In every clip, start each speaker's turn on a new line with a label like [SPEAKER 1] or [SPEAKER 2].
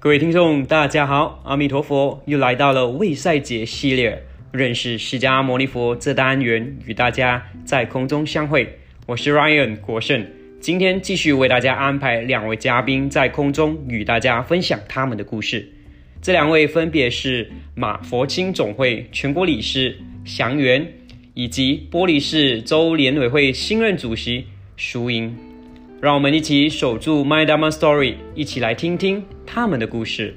[SPEAKER 1] 各位听众大家好，阿弥陀佛，又来到了卫赛节系列认识释迦牟尼佛这单元，与大家在空中相会。我是 Ryan 国胜，今天继续为大家安排两位嘉宾在空中与大家分享他们的故事。这两位分别是马佛清总会全国理事祥元，以及玻璃市州联委会新任主席淑英。让我们一起守住 My Dharma Story， 一起来听听他们的故事。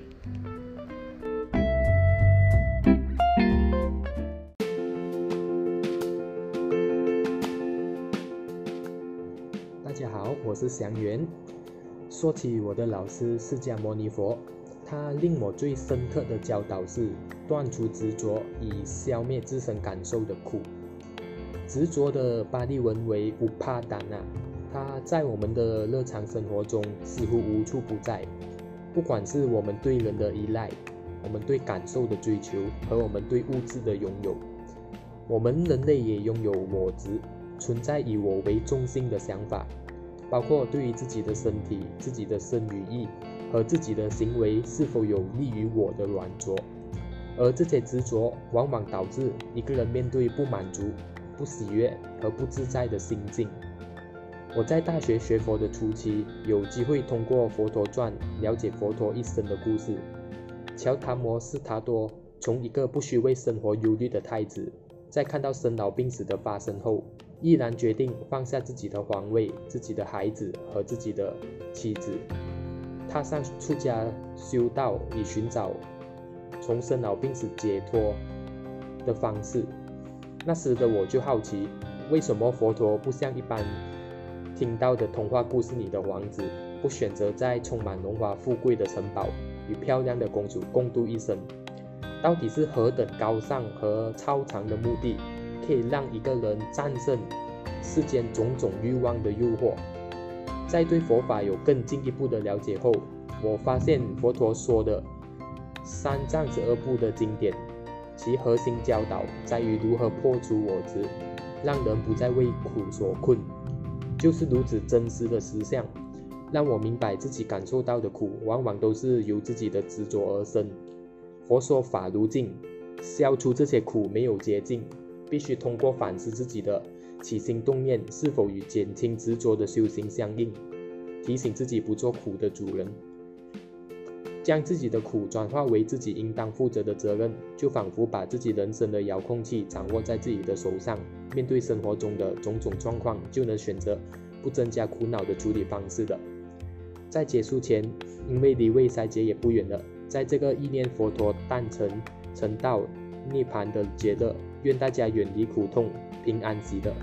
[SPEAKER 2] 大家好，我是祥元。说起我的老师释迦牟尼佛，他令我最深刻的教导是断除执着，以消灭自身感受的苦。执着的巴利文为乌帕达那，它在我们的日常生活中似乎无处不在。不管是我们对人的依赖，我们对感受的追求，和我们对物质的拥有，我们人类也拥有我执，存在以我为中心的想法，包括对于自己的身体、自己的身与意和自己的行为是否有利于我的软着。而这些执着往往导致一个人面对不满足、不喜悦和不自在的心境。我在大学学佛的初期，有机会通过《佛陀传》了解佛陀一生的故事。乔达摩悉达多从一个不需为生活忧虑的太子，在看到生老病死的发生后，毅然决定放下自己的皇位、自己的孩子和自己的妻子，踏上出家修道，以寻找从生老病死解脱的方式。那时的我就好奇，为什么佛陀不像一般听到的童话故事里的王子，不选择在充满荣华富贵的城堡与漂亮的公主共度一生？到底是何等高尚和超常的目的，可以让一个人战胜世间种种欲望的诱惑？在对佛法有更进一步的了解后，我发现佛陀说的三藏十二部的经典，其核心教导在于如何破除我执，让人不再为苦所困。就是如此真实的实相，让我明白自己感受到的苦，往往都是由自己的执着而生。佛说法如镜，消除这些苦没有捷径，必须通过反思自己的起心动念是否与减轻执着的修行相应，提醒自己不做苦的主人，将自己的苦转化为自己应当负责的责任，就仿佛把自己人生的遥控器掌握在自己的手上，面对生活中的种种状况，就能选择不增加苦恼的处理方式的。在结束前，因为离卫赛节也不远了，在这个意念佛陀诞生成道涅槃的节日，愿大家远离苦痛，平安喜乐。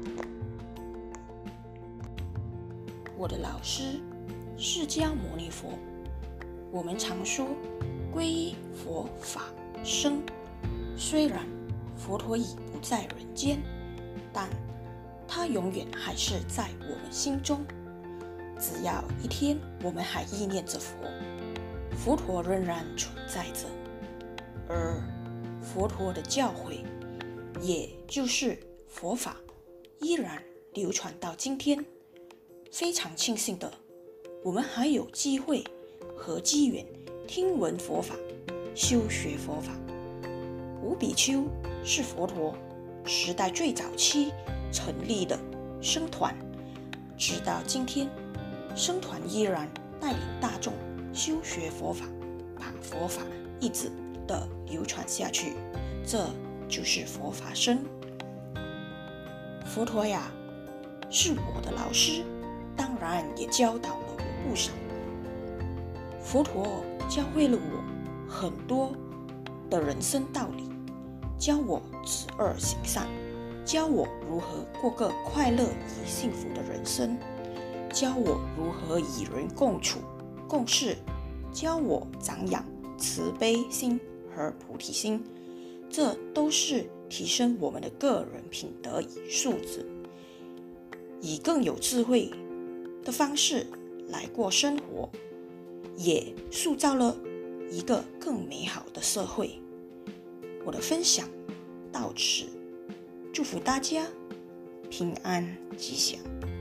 [SPEAKER 3] 我的老师释迦牟尼佛，我们常说皈依佛法僧，虽然佛陀已不在人间，但他永远还是在我们心中。只要一天我们还意念着佛，佛陀仍然存在着。而佛陀的教诲，也就是佛法，依然流传到今天。非常庆幸的，我们还有机会和机缘听闻佛法，修学佛法。五比丘是佛陀时代最早期成立的僧团，直到今天，僧团依然带领大众修学佛法，把佛法一直的流传下去，这就是佛法僧。佛陀呀，是我的老师，当然也教导了我不少。佛陀教会了我很多的人生道理，教我止恶行善，教我如何过个快乐与幸福的人生，教我如何与人共处共事，教我长养慈悲心和菩提心，这都是提升我们的个人品德与素质，以更有智慧的方式来过生活，也塑造了一个更美好的社会。我的分享到此，祝福大家平安吉祥。